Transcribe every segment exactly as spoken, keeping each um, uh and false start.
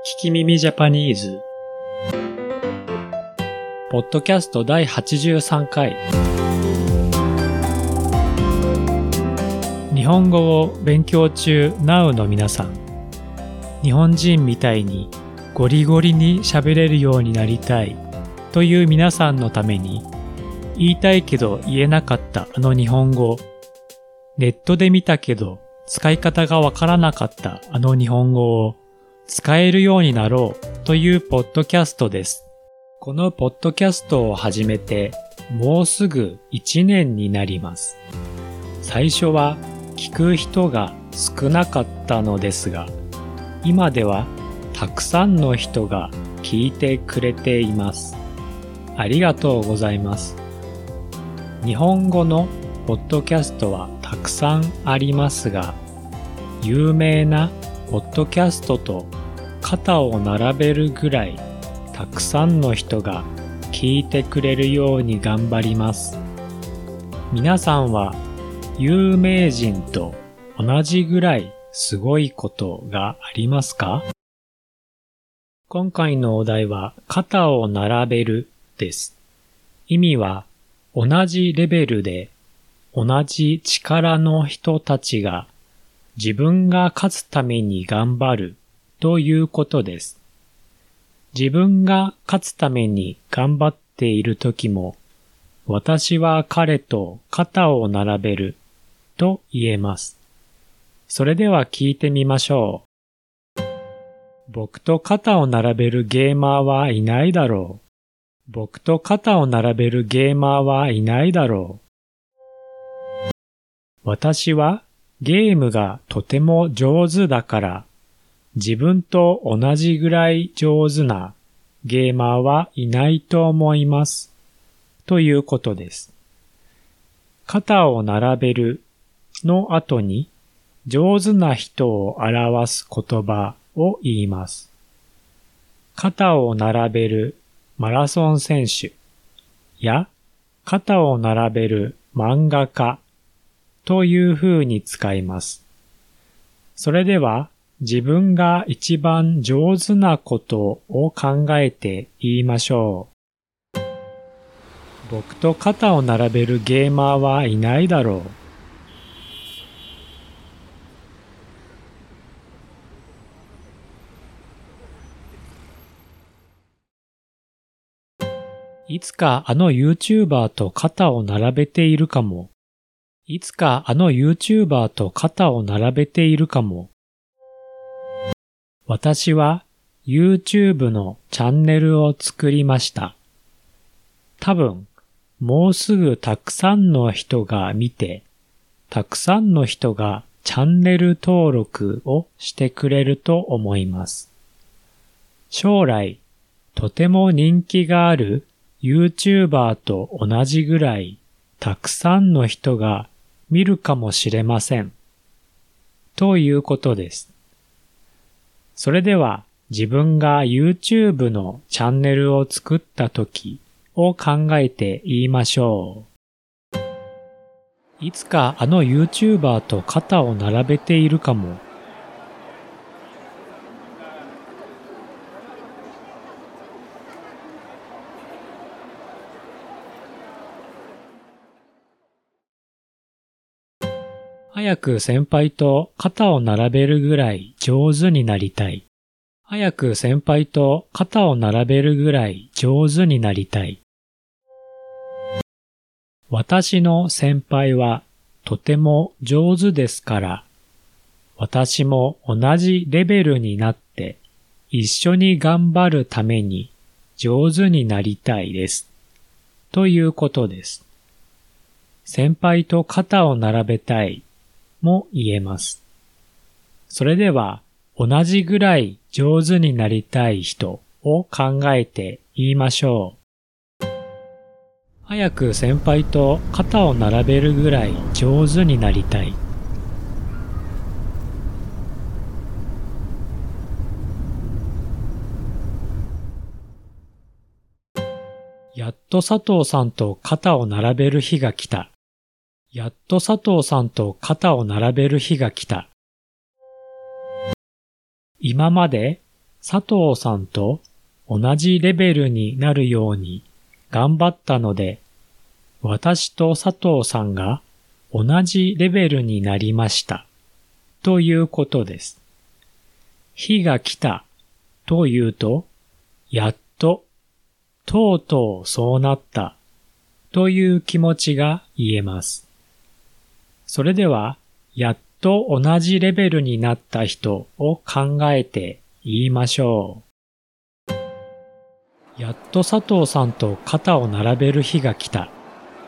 聞き耳ジャパニーズポッドキャストだいはちじゅうさんかい。日本語を勉強中 ナウ の皆さん、日本人みたいにゴリゴリに喋れるようになりたいという皆さんのために、言いたいけど言えなかったあの日本語、ネットで見たけど使い方がわからなかったあの日本語を使えるようになろうというポッドキャストです。このポッドキャストを始めてもうすぐいちねんになります。最初は聞く人が少なかったのですが、今ではたくさんの人が聞いてくれています。ありがとうございます。日本語のポッドキャストはたくさんありますが、有名なポッドキャストと肩を並べるぐらいたくさんの人が聞いてくれるように頑張ります。皆さんは有名人と同じぐらいすごいことがありますか？今回のお題は肩を並べるです。意味は同じレベルで同じ力の人たちが自分が勝つために頑張るということです。自分が勝つために頑張っているときも、私は彼と肩を並べると言えます。それでは聞いてみましょう。僕と肩を並べるゲーマーはいないだろう。僕と肩を並べるゲーマーはいないだろう。私はゲームがとても上手だから、自分と同じぐらい上手なゲーマーはいないと思います。ということです。肩を並べるの後に上手な人を表す言葉を言います。肩を並べるマラソン選手や肩を並べる漫画家という風に使います。それでは自分が一番上手なことを考えて言いましょう。僕と肩を並べるゲーマーはいないだろう。いつかあの YouTuber と肩を並べているかも。いつかあの YouTuber と肩を並べているかも。私は YouTube のチャンネルを作りました。多分、もうすぐたくさんの人が見て、たくさんの人がチャンネル登録をしてくれると思います。将来、とても人気がある YouTuber と同じぐらいたくさんの人が見るかもしれません。ということです。それでは自分が YouTube のチャンネルを作った時を考えて言いましょう。いつかあの YouTuber と肩を並べているかも。早く先輩と肩を並べるぐらい上手になりたい。早く先輩と肩を並べるぐらい上手になりたい。私の先輩はとても上手ですから、私も同じレベルになって一緒に頑張るために上手になりたいです。ということです。先輩と肩を並べたいも言えます。それでは同じぐらい上手になりたい人を考えて言いましょう。早く先輩と肩を並べるぐらい上手になりたい。やっと佐藤さんと肩を並べる日が来た。やっと佐藤さんと肩を並べる日が来た。今まで佐藤さんと同じレベルになるように頑張ったので、私と佐藤さんが同じレベルになりましたということです。日が来たというと、やっと、とうとうそうなったという気持ちが言えます。それでは、やっと同じレベルになった人を考えて言いましょう。やっと佐藤さんと肩を並べる日が来た。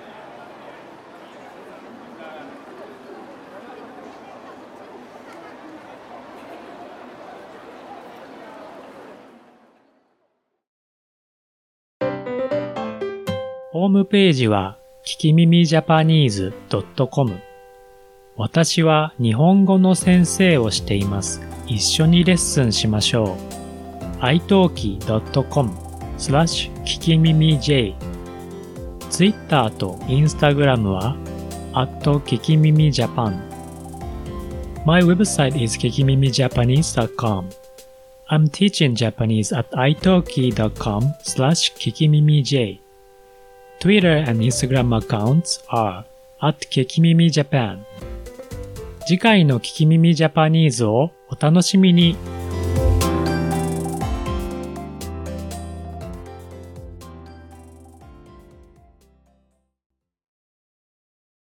ホームページは聞き耳ジャパニーズドットコム。私は日本語の先生をしています。一緒にレッスンしましょう。アイトーキードットコムスラッシュ聞き耳 J。Twitter と Instagram はアット聞き耳ジャパン。My website isキキミミジャパニーズドットコム。I'm teaching Japanese atアイトーキードットコムスラッシュ聞き耳 J。Twitter and Instagram accounts are at 聞き耳 Japan。次回の聞き耳ジャパニーズをお楽しみに。